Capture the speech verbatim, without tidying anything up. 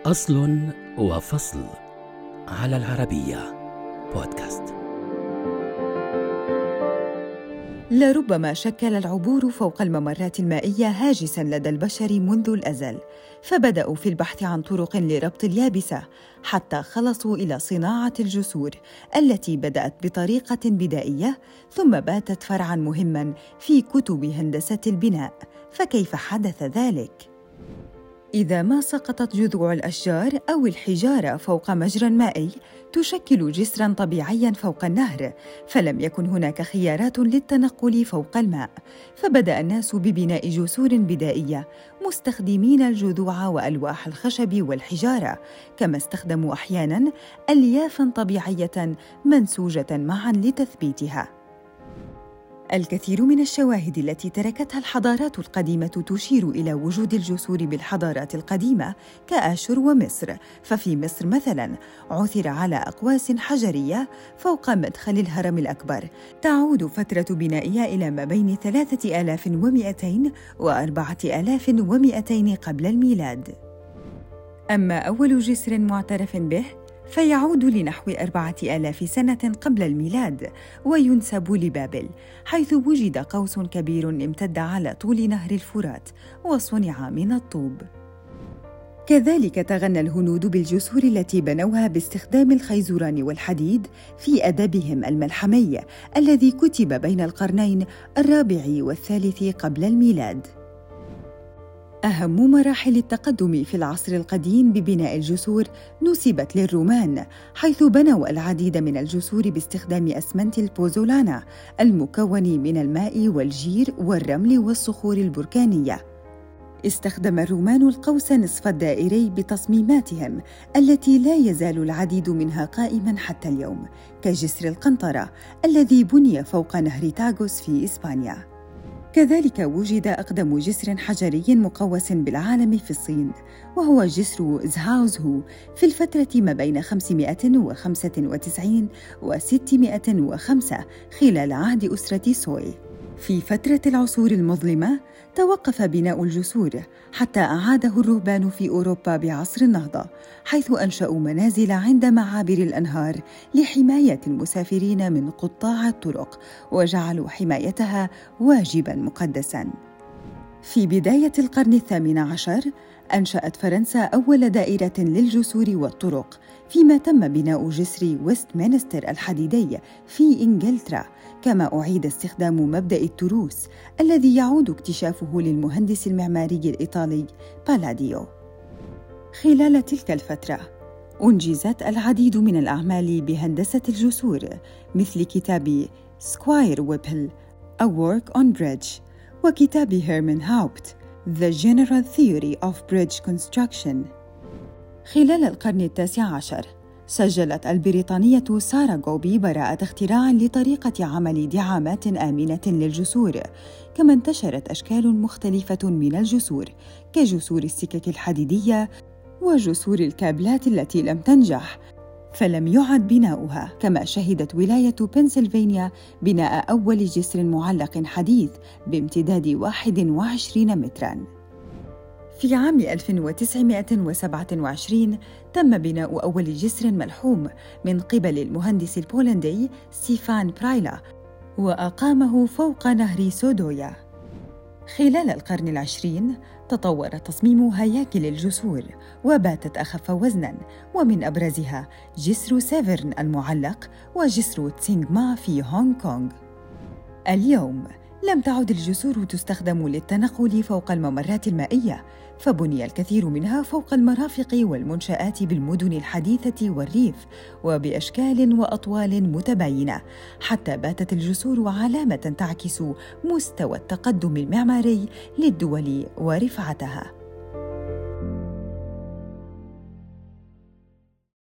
أصل وفصل على العربية بودكاست. لربما شكل العبور فوق الممرات المائية هاجساً لدى البشر منذ الأزل، فبدأوا في البحث عن طرق لربط اليابسة حتى خلصوا إلى صناعة الجسور التي بدأت بطريقة بدائية ثم باتت فرعاً مهماً في كتب هندسة البناء. فكيف حدث ذلك؟ إذا ما سقطت جذوع الأشجار أو الحجارة فوق مجرى مائي تشكل جسراً طبيعياً فوق النهر، فلم يكن هناك خيارات للتنقل فوق الماء، فبدأ الناس ببناء جسور بدائية مستخدمين الجذوع وألواح الخشب والحجارة، كما استخدموا أحياناً أليافاً طبيعية منسوجة معاً لتثبيتها. الكثير من الشواهد التي تركتها الحضارات القديمة تشير إلى وجود الجسور بالحضارات القديمة كآشور ومصر. ففي مصر مثلاً عثر على أقواس حجرية فوق مدخل الهرم الأكبر تعود فترة بنائها إلى ما بين ثلاثة آلاف ومئتين وأربعة آلاف ومئتين قبل الميلاد. أما أول جسر معترف به فيعود لنحو أربعة آلاف سنة قبل الميلاد وينسب لبابل، حيث وجد قوس كبير امتد على طول نهر الفرات وصنع من الطوب. كذلك تغنى الهنود بالجسور التي بنوها باستخدام الخيزران والحديد في أدبهم الملحمي الذي كتب بين القرنين الرابع والثالث قبل الميلاد. أهم مراحل التقدم في العصر القديم ببناء الجسور نسبت للرومان، حيث بنوا العديد من الجسور باستخدام أسمنت البوزولانا المكون من الماء والجير والرمل والصخور البركانية. استخدم الرومان القوس نصف الدائري بتصميماتهم التي لا يزال العديد منها قائماً حتى اليوم، كجسر القنطرة الذي بني فوق نهر تاغوس في إسبانيا. كذلك وجد أقدم جسر حجري مقوس بالعالم في الصين، وهو جسر زهاوزهو في الفترة ما بين خمسمائة وخمسة وتسعين وستمائة وخمسة خلال عهد أسرة سوي. في فترة العصور المظلمة توقف بناء الجسور حتى أعاده الرهبان في أوروبا بعصر النهضة، حيث أنشأوا منازل عند معابر الأنهار لحماية المسافرين من قطاع الطرق، وجعلوا حمايتها واجباً مقدساً. في بداية القرن الثامن عشر أنشأت فرنسا أول دائرة للجسور والطرق، فيما تم بناء جسر ويستمنستر الحديدي في إنجلترا، كما أعيد استخدام مبدأ التروس الذي يعود اكتشافه للمهندس المعماري الإيطالي بالاديو. خلال تلك الفترة أنجزت العديد من الأعمال بهندسة الجسور، مثل كتاب سكواير ويبل A Work on Bridge وكتاب هيرمان هاوبت The General Theory of Bridge Construction. خلال القرن التاسع عشر سجلت البريطانية سارة جوبي براءة اختراع لطريقة عمل دعامات آمنة للجسور، كما انتشرت أشكال مختلفة من الجسور كجسور السكك الحديدية وجسور الكابلات التي لم تنجح فلم يعد بناؤها. كما شهدت ولاية بنسلفانيا بناء أول جسر معلق حديث بامتداد واحد وعشرين متراً. في عام ألف وتسعمائة وسبعة وعشرين تم بناء أول جسر ملحوم من قبل المهندس البولندي ستيفان برايلا، وأقامه فوق نهر سودويا. خلال القرن العشرين تطور تصميم هياكل الجسور وباتت أخف وزناً، ومن أبرزها جسر سيفرن المعلق وجسر تسينغ ما في هونغ كونغ. اليوم لم تعد الجسور تستخدم للتنقل فوق الممرات المائية، فبني الكثير منها فوق المرافق والمنشآت بالمدن الحديثة والريف وبأشكال وأطوال متباينة، حتى باتت الجسور علامة تعكس مستوى التقدم المعماري للدول ورفعتها.